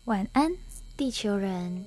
晚安，地球人！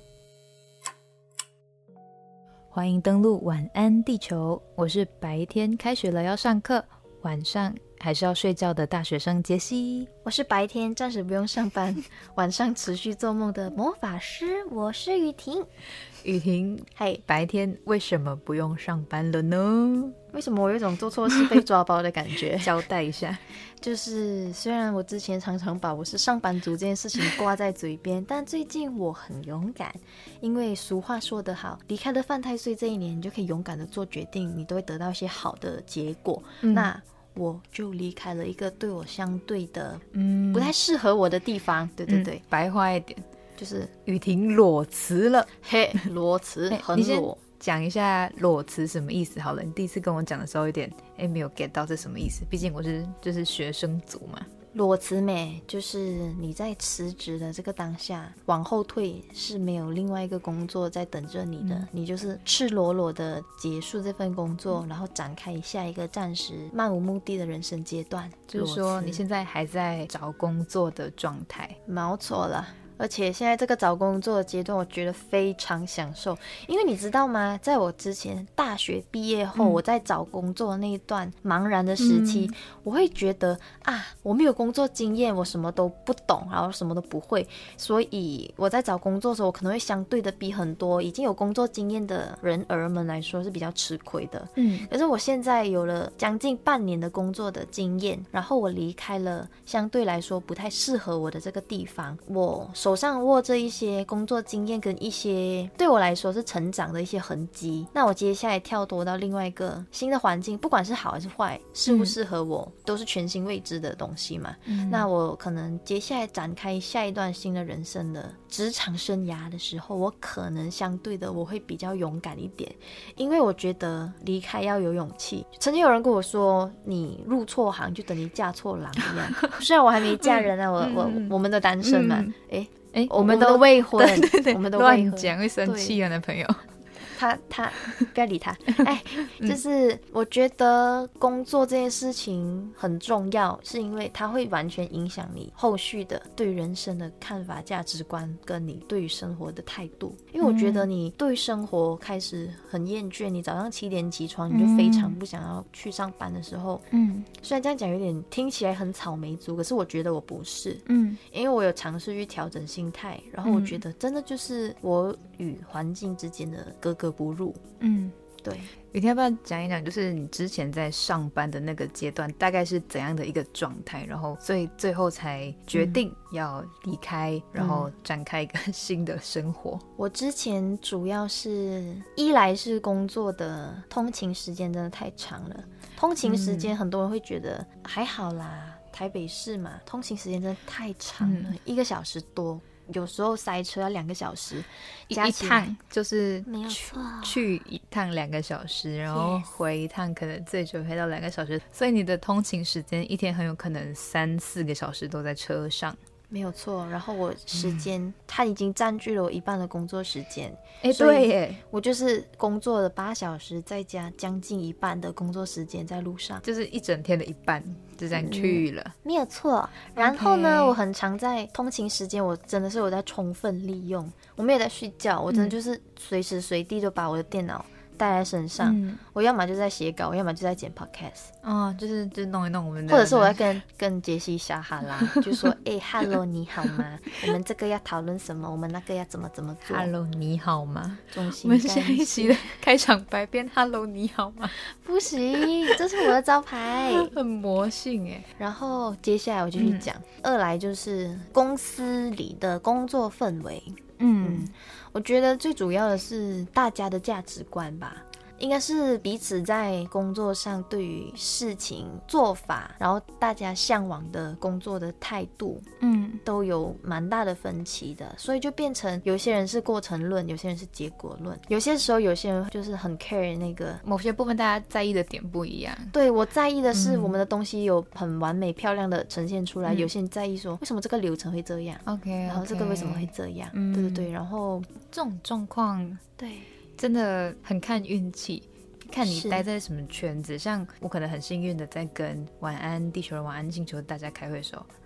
欢迎登录晚安地球，我是白天开学了要上课，晚上还是要睡觉的大学生杰西。 我是白天暂时不用上班，晚上持续做梦的魔法师，我是雨婷。 雨婷， 嘿， 白天为什么不用上班了呢？ 为什么我有一种做错事被抓包的感觉？ 交代一下。 就是虽然我之前常常把我是上班族这件事情挂在嘴边，但最近我很勇敢，因为俗话说得好，离开了犯太岁这一年，你就可以勇敢的做决定，你都会得到一些好的结果。那我就离开了一个对我相对的不太适合我的地方。对对对， 白话一点就是雨婷裸辞了。 嘿，裸辞很你先裸。 讲一下裸辞什么意思好了。你第一次跟我讲的时候有点没有 get 到这什么意思，毕竟我是就是学生族嘛。 裸辞就是你在辞职的这个当下往后退，是没有另外一个工作在等着你的，你就是赤裸裸的结束这份工作，然后展开下一个暂时漫无目的的人生阶段。 就是说你现在还在找工作的状态。 没错了，而且现在这个找工作的阶段我觉得非常享受，因为你知道吗，在我之前大学毕业后，我在找工作的那一段茫然的时期，我会觉得我没有工作经验，我什么都不懂，然后什么都不会，所以我在找工作的时候，我可能会相对的比很多已经有工作经验的人儿们来说是比较吃亏的。可是我现在有了将近半年的工作的经验，然后我离开了相对来说不太适合我的这个地方，我手上握着一些工作经验跟一些对我来说是成长的一些痕迹，那我接下来跳脱到另外一个新的环境，不管是好还是坏，适不适合我，都是全新未知的东西嘛。那我可能接下来展开下一段新的人生的职场生涯的时候，我可能相对的我会比较勇敢一点，因为我觉得离开要有勇气。曾经有人跟我说，你入错行就等于嫁错郎一样。虽然我还没嫁人啊，我们的单身嘛，我们的未婚， 对， 我们的未婚乱讲会生气啊，男朋友。 他不要理他。就是我觉得工作这件事情很重要，是因为它会完全影响你后续的对人生的看法、价值观，跟你对于生活的态度。因为我觉得你对生活开始很厌倦，你早上7点起床，你就非常不想要去上班的时候，虽然这样讲有点听起来很草莓族，可是我觉得我不是，因为我有尝试去调整心态，然后我觉得真的就是我与环境之间的格格不入。对， 雨婷要不要讲一讲，就是你之前在上班的那个阶段大概是怎样的一个状态，然后所以最后才决定要离开，然后展开一个新的生活。 我之前主要是一来是工作的通勤时间真的太长了，通勤时间很多人会觉得还好啦，台北市嘛，通勤时间真的太长了，1个小时多，有时候塞车要2个小时， 一趟就是没有错， 去一趟2个小时，然后回一趟可能最久回到2个小时，所以你的通勤时间一天很有可能3-4个小时都在车上。 没有错，然后我时间它已经占据了我一半的工作时间。 对耶， 我就是工作了8小时，再加将近一半的工作时间在路上， 就是一整天的一半就这样去了。 没有错。然后呢，我很常在通勤时间，我真的是有在充分利用，我没有在睡觉，我真的就是随时随地就把我的电脑带在身上，我要么就在写稿，我要么就在剪 podcast， 就是弄一弄我们的， 或者是我在跟杰西撒哈拉，就说hello 你好吗？我们这个要讨论什么？我们那个要怎么做 ？Hello 你好吗？ 我们下一期的开场白变 Hello 你好吗？ 不行，这是我的招牌， 很魔性耶。 然后接下来我继续讲，二来就是公司里的工作氛围。我觉得最主要的是大家的价值观吧，应该是彼此在工作上对于事情做法，然后大家向往的工作的态度，都有蛮大的分歧的，所以就变成有些人是过程论，有些人是结果论，有些时候有些人就是很 care 那个某些部分大家在意的点不一样。对， 我在意的是我们的东西有很完美漂亮的呈现出来，有些人在意说为什么这个流程会这样，OK， 然后这个为什么会这样，对，然后这种状况对真的很看运气，看你待在什么圈子。像我可能很幸运的在跟晚安地球人、晚安星球大家开会的时候，然后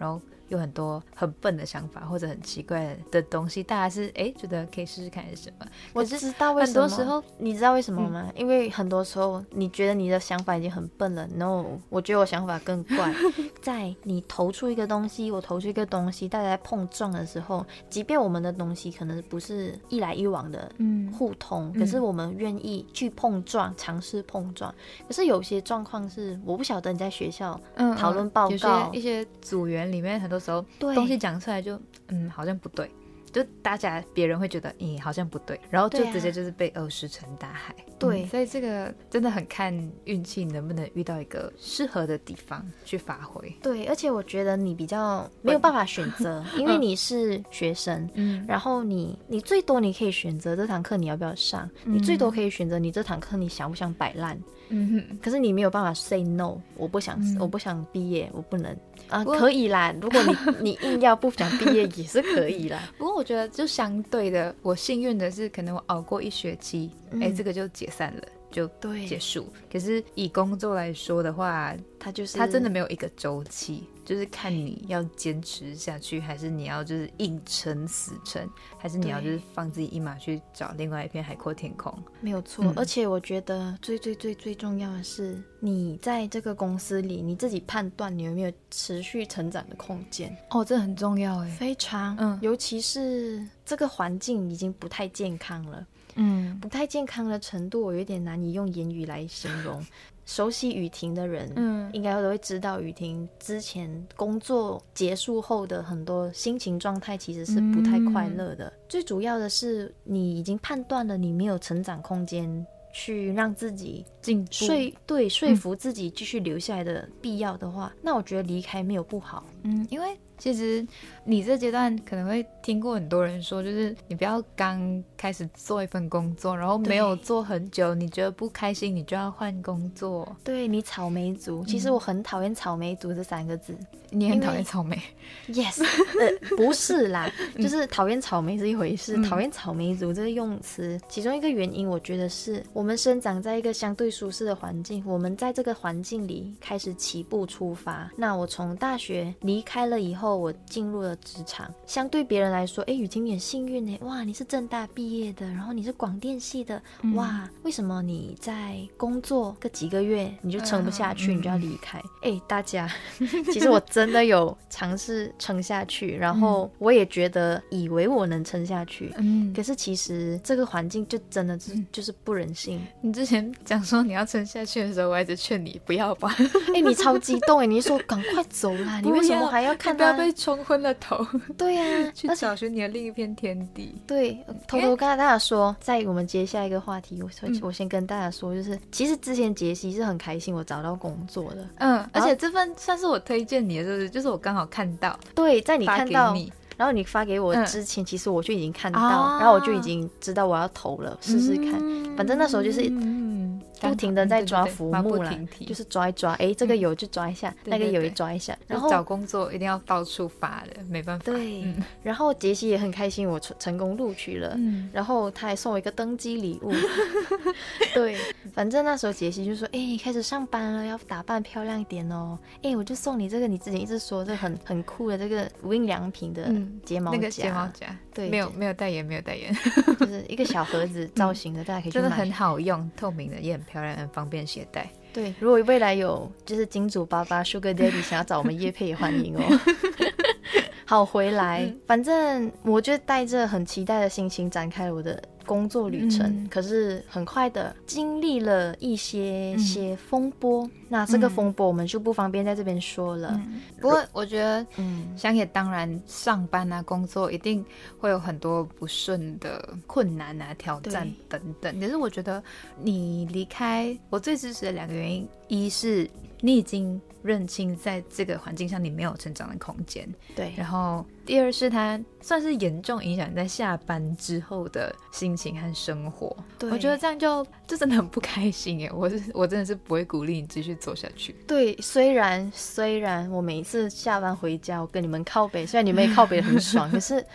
有很多很笨的想法或者很奇怪的东西，大家是觉得可以试试看是什么。 我知道为什么， 很多时候你知道为什么吗？因为很多时候你觉得你的想法已经很笨了 ，no， 我觉得我想法更怪。在你投出一个东西，我投出一个东西，大家在碰撞的时候，即便我们的东西可能不是一来一往的互通，可是我们愿意去碰撞，尝试碰撞。可是有些状况是我不晓得你在学校讨论报告， 一些组员里面很多时候东西讲出来就好像不对，就别人会觉得好像不对，然后就直接就是被石沉大海。 对， 所以这个真的很看运气能不能遇到一个适合的地方去发挥。 对，而且我觉得你比较没有办法选择，因为你是学生，然后你最多你可以选择这堂课你要不要上，你最多可以选择你这堂课你想不想摆烂。可是你没有办法 say no， 我不想毕业，我不能可以啦，如果你硬要不想毕业也是可以啦。 不过我觉得就相对的，我幸运的是可能我熬过一学期，这个就解散了，就结束。可是以工作来说的话，它真的没有一个周期，就是看你要坚持下去，还是你要就是硬撑死撑，还是你要就是放自己一马去找另外一片海阔天空。 没有错，而且我觉得最重要的是，你在这个公司里你自己判断你有没有持续成长的空间。 这很重要非常尤其是这个环境已经不太健康了，不太健康的程度我有点难以用言语来形容。熟悉雨婷的人应该都会知道，雨婷之前工作结束后的很多心情状态其实是不太快乐的。最主要的是你已经判断了你没有成长空间去让自己进步， 说服自己继续留下来的必要的话，那我觉得离开没有不好。 因为其实你这阶段可能会听过很多人说，就是你不要刚开始做一份工作，然后没有做很久，你觉得不开心，你就要换工作。 对，你草莓族，其实我很讨厌草莓族这3个字。 你很讨厌草莓 ？Yes， 不是啦，就是讨厌草莓是一回事，讨厌草莓族这个用词，其中一个原因我觉得是我们生长在一个相对舒适的环境，我们在这个环境里开始起步出发。那我从大学离开了以后，我进入了职场，相对别人来说，雨婷你很幸运耶，哇，你是政大毕业的，然后你是广电系的，哇，为什么你在工作个几个月你就撑不下去，你就要离开？大家，其实我真的有尝试撑下去，然后我也觉得以为我能撑下去，可是其实这个环境就真的就是不人性。 你之前讲说你要撑下去的时候，我还一直劝你不要吧。 你超激动你说赶快走啦，你为什么还要看他？ 不要被冲昏了头。 对啊， 去找寻你的另一片天地。 对，偷偷跟大家说，在我们接下一个话题，我先跟大家说，就是其实之前杰西是很开心我找到工作的， 而且这份算是我推荐你的，是不是？就是我刚好看到， 对，在你看到然后你发给我之前，其实我就已经看到，然后我就已经知道我要投了，试试看。反正那时候就是不停的在抓浮木啦，就是抓一抓，这个有就抓一下，那个有就抓一下。然后找工作一定要到处发的，没办法。 对，然后杰西也很开心，我成功录取了，然后他还送我一个登机礼物。对，反正那时候杰西就说：“开始上班了，要打扮漂亮一点哦。”我就送你这个，你之前一直说这很酷的这个无印良品的睫毛夹， 那个睫毛夹，对，没有代言， 就是一个小盒子造型的，大家可以去买， 真的很好用，透明的也很漂亮，很方便携带。 对，如果未来有就是金主爸爸 Sugar Daddy 想要找我们业配也欢迎哦。好，回来，反正我就带着很期待的心情展开了我的工作旅程，可是很快的经历了一些风波，那这个风波我们就不方便在这边说了。 不过我觉得想也当然上班啊工作一定会有很多不顺的困难啊挑战等等，可是我觉得你离开，我最支持的2个原因，一是你已经认清在这个环境上你没有成长的空间，对，然后第二是它算是严重影响在下班之后的心情和生活。对，我觉得这样就真的很不开心耶，我真的是不会鼓励你继续走下去。 对，虽然我每一次下班回家我跟你们靠北，虽然你们也靠北得很爽可是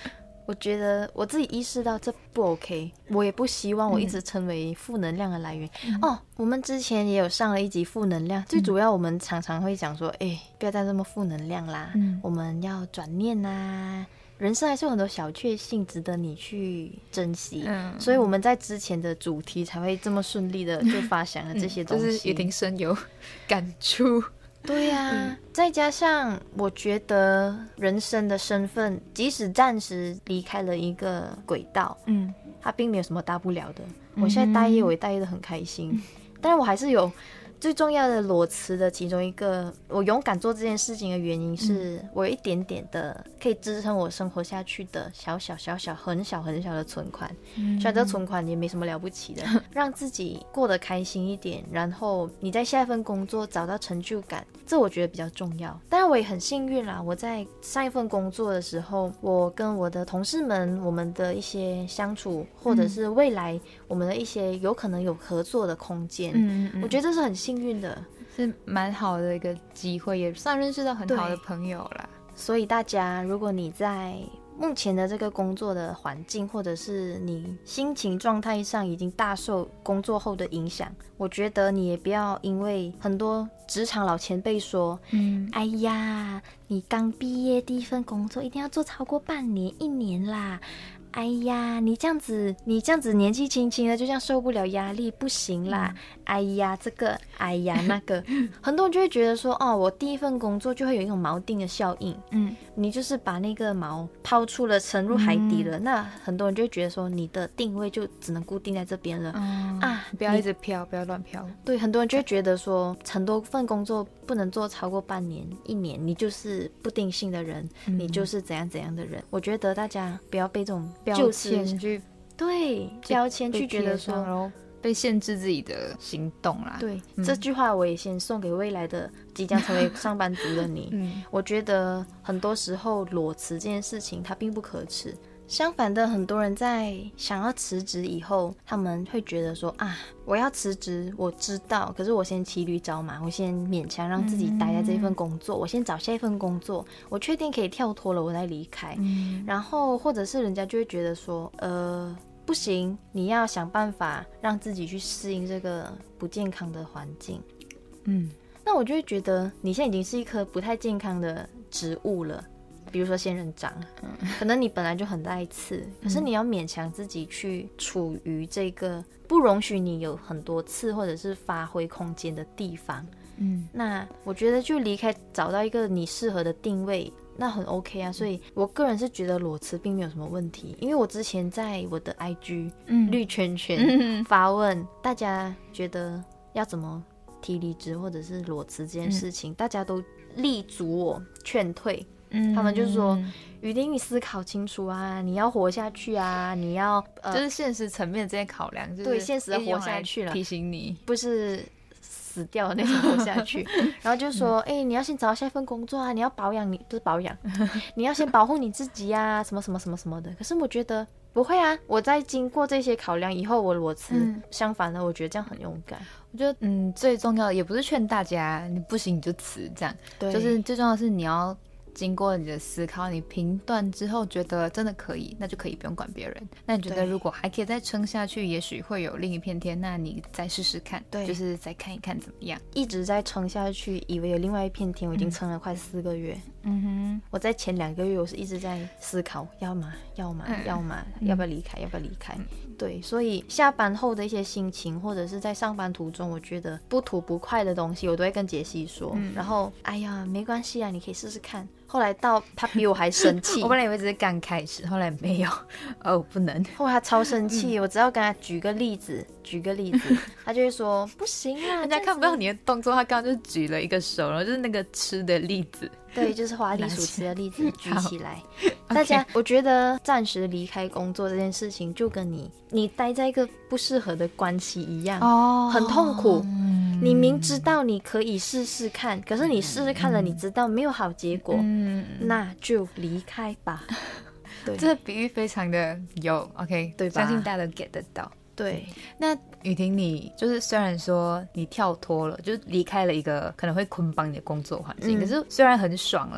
我觉得我自己意识到这不 OK， 我也不希望我一直成为负能量的来源。我们之前也有上了一集负能量，最主要我们常常会讲说，不要再这么负能量啦，我们要转念啊，人生还是有很多小确幸值得你去珍惜，所以我们在之前的主题才会这么顺利的就发想了这些东西， 就是一定深有感触。 对呀，再加上我觉得人生的身份，即使暂时离开了一个轨道，它并没有什么大不了的。我现在待业，我也待业的很开心，但是我还是有最重要的裸辞的其中一个，我勇敢做这件事情的原因是，我有一点点的可以支撑我生活下去的小很小的存款，虽然这存款也没什么了不起的，让自己过得开心一点，然后你在下一份工作找到成就感，这我觉得比较重要。当然我也很幸运啦，我在上一份工作的时候，我跟我的同事们，我们的一些相处，或者是未来我们的一些有可能有合作的空间，我觉得这是很幸运的， 是蛮好的一个机会，也算认识到很好的朋友啦。 所以大家，如果你在目前的这个工作的环境，或者是你心情状态上已经大受工作后的影响，我觉得你也不要因为很多职场老前辈说，哎呀，你刚毕业第一份工作一定要做超过半年1年啦，哎呀，你这样子年纪轻轻的就这样受不了压力，不行啦，哎呀这个，哎呀那个，很多人就会觉得说，我第一份工作就会有一种锚定的效应，你就是把那个锚抛出了，沉入海底了，那很多人就会觉得说，你的定位就只能固定在这边了， 不要一直飘，不要乱飘。 对，很多人就会觉得说，很多份工作不能做超过半年、1年，你就是不定性的人，你就是怎样怎样的人。我觉得大家不要被这种标签去标签去觉得说， 然后被限制自己的行动啦。 对，这句话我也先送给未来的即将成为上班族的你。我觉得很多时候裸辞这件事情它并不可耻。相反的，很多人在想要辞职以后，他们会觉得说，我要辞职，我知道，可是我先骑驴找马，我先勉强让自己待在这份工作，我先找下一份工作，我确定可以跳脱了，我再离开。然后或者是人家就会觉得说，不行，你要想办法让自己去适应这个不健康的环境。那我就会觉得你现在已经是一棵不太健康的植物了，比如说仙人掌，可能你本来就很带刺，可是你要勉强自己去处于这个不容许你有很多刺或者是发挥空间的地方。那我觉得就离开，找到一个你适合的定位，那很 OK 啊。所以我个人是觉得裸辞并没有什么问题，因为我之前在我的 IG 绿圈圈发问，大家觉得要怎么提离职或者是裸辞这件事情，大家都力阻我劝退。他们就说，雨丁你思考清楚啊，你要活下去啊，你要就是现实层面这些考量，就是对现实的活下去了， 提醒你不是死掉的那种活下去。然后就说，你要先找到下一份工作啊，你要保养，不是保养，你要先保护你自己啊，什么什么什么什么的。可是我觉得不会啊，我在经过这些考量以后，我裸辞，相反的，我觉得这样很勇敢。 我觉得最重要的也不是劝大家你不行你就辞，这样， 对， 就是最重要的是你要经过你的思考，你评断之后觉得真的可以，那就可以不用管别人。那你觉得如果还可以再撑下去，也许会有另一片天，那你再试试看， 对， 就是再看一看怎么样。 一直在撑下去，以为有另外一片天，我已经撑了快4个月。我在前2个月我是一直在思考，要不要不要离开，要不要离开。对，所以下班后的一些心情，或者是在上班途中，我觉得不吐不快的东西，我都会跟杰西说。然后，哎呀，没关系啊，你可以试试看。后来到他比我还生气， 我本来以为只是刚开始，后来没有，不能。 后来他超生气，我只要跟他举个例子，他就会说不行啊， 人家看不到你的动作，他刚刚就举了一个手，然后就是那个吃的例子。 对，就是花栗鼠吃的例子举起来。大家，我觉得暂时离开工作这件事情，就跟你待在一个不适合的关系一样，很痛苦。你明知道你可以试试看，可是你试试看了，你知道没有好结果，那就离开吧。对， 这个比喻非常的有 OK， 对吧？ 相信大家都 get 得到。 对， 那雨婷，你就是虽然说你跳脱了，就是离开了一个可能会捆绑你的工作环境，可是虽然很爽啦，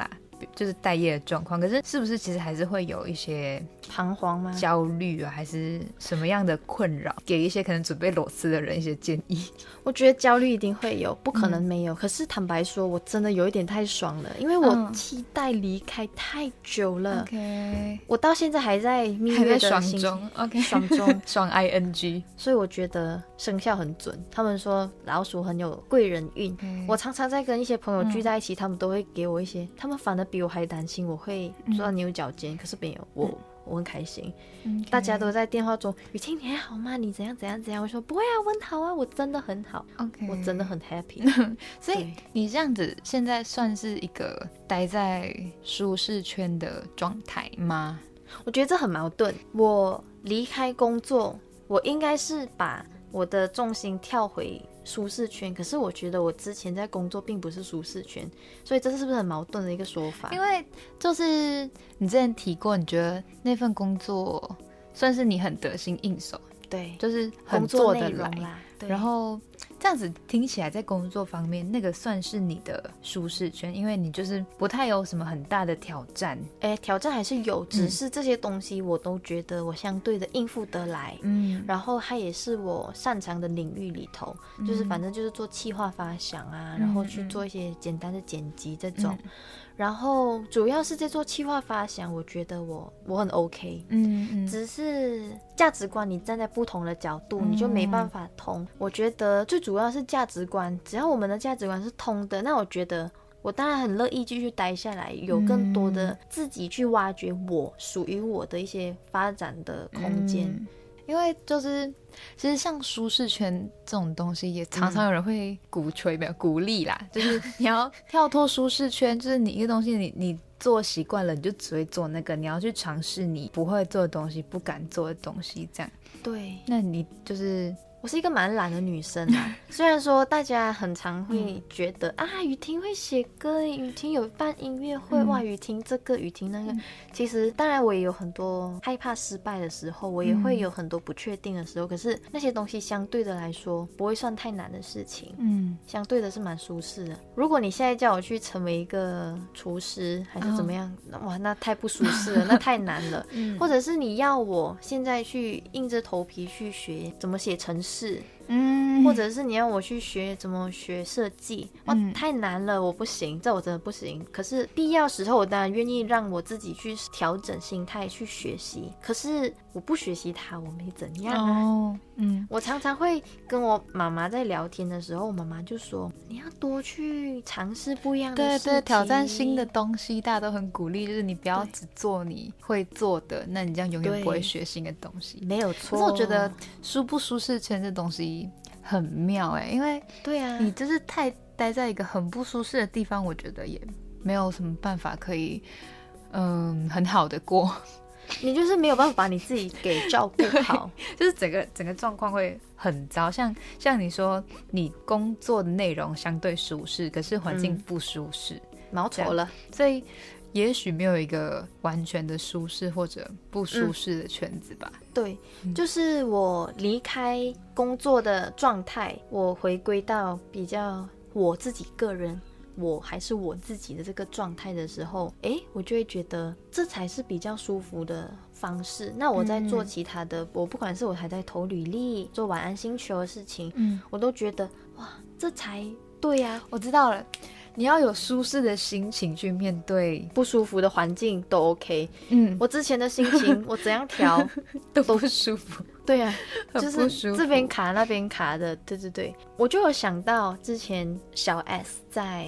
就是待业的状况，可是是不是其实还是会有一些彷徨吗？ 焦虑啊，还是什么样的困扰？给一些可能准备裸辞的人一些建议。 我觉得焦虑一定会有，不可能没有。可是坦白说，我真的有一点太爽了，因为我期待离开太久了。 OK， 我到现在还在蜜月的爽心情中 ，OK， 爽中爽 ing。 所以我觉得生肖很准。他们说老鼠很有贵人运。我常常在跟一些朋友聚在一起，他们都会给我一些，他们反而比我还担心我会做到牛角尖，可是没有我很开心。大家都在电话中，雨婷你还好吗？你怎样怎样怎样？我说不会啊，我很好啊，我真的很好。 OK， 我真的很 happy。 所以你这样子现在算是一个待在舒适圈的状态吗？ 我觉得这很矛盾。我离开工作，我应该是把我的重心跳回舒适圈，可是我觉得我之前在工作并不是舒适圈，所以这是不是很矛盾的一个说法？ 因为就是你之前提过，你觉得那份工作算是你很得心应手， 对， 就是很做得工作内来容啦。对， 然后这样子听起来，在工作方面，那个算是你的舒适圈，因为你就是不太有什么很大的挑战。 挑战还是有，只是这些东西我都觉得我相对的应付得来。然后它也是我擅长的领域里头，就是反正就是做企划发想啊，然后去做一些简单的剪辑这种。然后主要是在做企划发想，我觉得我很 OK。只是价值观你站在不同的角度，你就没办法通。我觉得最主要是价值观，只要我们的价值观是通的，那我觉得我当然很乐意继续待下来，有更多的自己去挖掘我属于我的一些发展的空间。 因为就是其实像舒适圈这种东西，也常常有人会鼓吹，没有鼓励啦，就是你要跳脱舒适圈，就是你一个东西你做习惯了，你就只会做那个，你要去尝试你不会做的东西，不敢做的东西，这样。 对， 那你就是我是一个蛮懒的女生啊，虽然说大家很常会觉得雨婷会写歌，雨婷有办音乐会，哇，雨婷这个雨婷那个，其实当然我也有很多害怕失败的时候，我也会有很多不确定的时候，可是那些东西相对的来说不会算太难的事情，相对的是蛮舒适的。如果你现在叫我去成为一个厨师还是怎么样，哇，那太不舒适了，那太难了。或者是你要我现在去硬着头皮去学怎么写程式，或者是你要我去学怎么学设计，哇，太难了，我不行，这我真的不行。可是必要时候我当然愿意让我自己去调整心态去学习，可是我不学习它我没怎样啊。我常常会跟我妈妈在聊天的时候，我妈妈就说你要多去尝试不一样的事情， 对，挑战新的东西，大家都很鼓励，就是你不要只做你会做的，那你这样永远不会学新的东西。 没有错。 可是我觉得舒不舒适圈这东西很妙因为对啊， 你就是太待在一个很不舒适的地方，我觉得也没有什么办法可以很好的过。 你就是没有办法把你自己给照顾好就是整个状况会很糟。像你说你工作的内容相对舒适，可是环境不舒适， 毛头了。 所以也许没有一个完全的舒适或者不舒适的圈子吧。 对，就是我离开工作的状态，我回归到比较我自己个人，我还是我自己的这个状态的时候，我就会觉得这才是比较舒服的方式。那我在做其他的，我不管是我还在投履历、做晚安星球的事情，我都觉得哇，这才对啊。 我知道了，你要有舒适的心情去面对不舒服的环境都 OK。我之前的心情我怎样调都不舒服。 对啊，就是服这边卡那边卡的。对，我就有想到之前小 S 在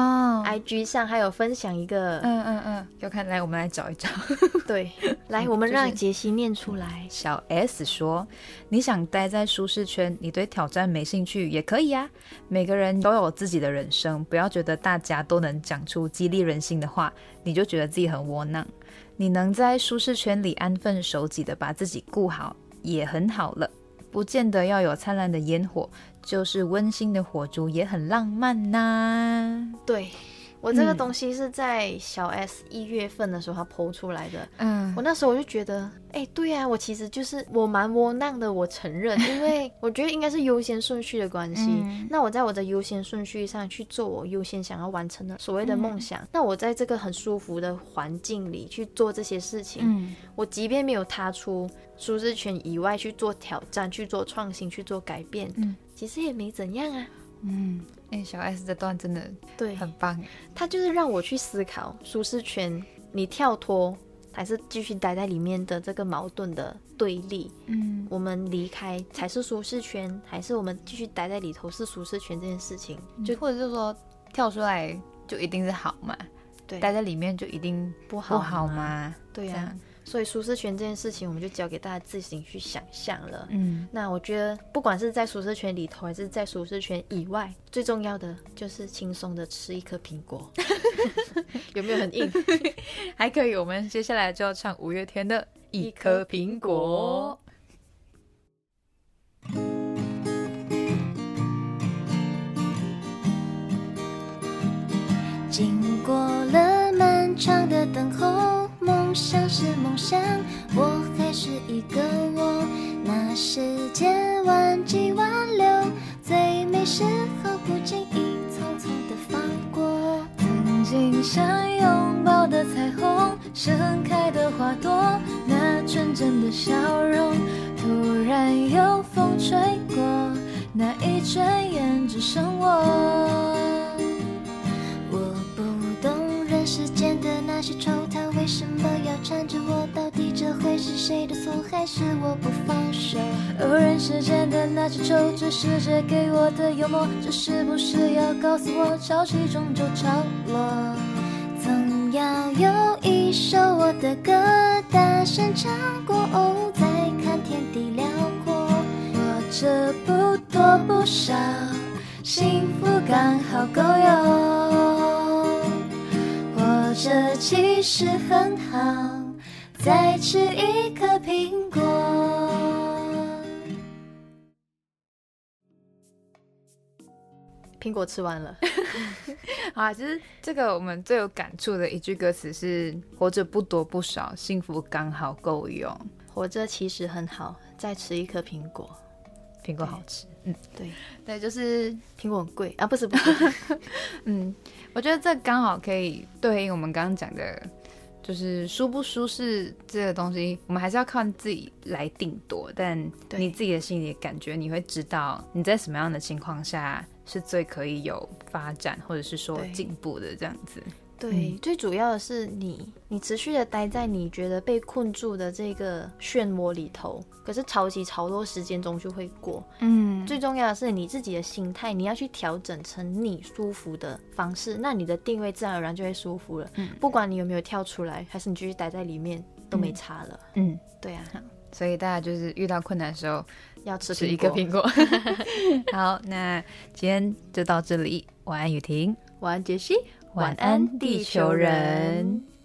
IG 上还有分享一个有看，来我们来找一找。 对，来我们让杰西念出来。 小 S 说，你想待在舒适圈，你对挑战没兴趣也可以啊。每个人都有自己的人生，不要觉得大家都能讲出激励人心的话，你就觉得自己很窝囊。你能在舒适圈里安分守己的把自己顾好也很好了，不见得要有灿烂的烟火，就是温馨的火烛也很浪漫呐。 对， 我这个东西是在小 S 1月份的时候他 po 出来的，我那时候我就觉得对啊，我其实就是我蛮窝囊的，我承认，因为我觉得应该是优先顺序的关系，那我在我的优先顺序上去做我优先想要完成的所谓的梦想，那我在这个很舒服的环境里去做这些事情，我即便没有踏出舒适圈以外去做挑战，去做创新，去做改变，其实也没怎样啊。 小 S 这段真的对很棒， 他就是让我去思考舒适圈你跳脱还是继续待在里面的这个矛盾的对立，我们离开才是舒适圈，还是我们继续待在里头是舒适圈这件事情， 就或者是说跳出来就一定是好嘛，对，待在里面就一定不好吗？ 对啊，所以舒适圈这件事情我们就交给大家自行去想象了。那我觉得不管是在舒适圈里头还是在舒适圈以外，最重要的就是轻松的吃一颗苹果。有没有很硬？ 还可以，我们接下来就要唱五月天的一颗苹果。 经过了漫长的等候，梦想是梦想，我还是一个我。那时间万几万流，最美时候不经意匆匆的放过。曾经想拥抱的彩虹，盛开的花朵，那纯真的笑容，突然有风吹过，那一转眼只剩我。世间的那些愁，它为什么要缠着我？到底这会是谁的错，还是我不放手？人世间的那些愁，这世界给我的幽默，这是不是要告诉我，潮起终究潮落？总要有一首我的歌，大声唱过，再看天地辽阔。我这不多不少，幸福刚好够用。这其实很好，再吃一颗苹果。 苹果吃完了。 好啊，其实这个我们最有感触的一句歌词是活着不多不少，幸福刚好够用。 活着其实很好，再吃一颗苹果。 苹果好吃。对，就是苹果很贵啊，不是我觉得这刚好可以对应我们刚刚讲的，就是舒不舒适这个东西，我们还是要靠自己来定夺，但你自己的心里的感觉，你会知道你在什么样的情况下是最可以有发展或者是说进步的这样子。 对，最主要的是你持续的待在你觉得被困住的这个漩涡里头，可是潮起潮落，时间终究会过。最重要的是你自己的心态，你要去调整成你舒服的方式，那你的定位自然而然就会舒服了。不管你有没有跳出来，还是你继续待在里面，都没差了。对啊， 所以大家就是遇到困难的时候要吃一个苹果。好，那今天就到这里。晚安雨婷， 晚安杰西， 晚安地球人。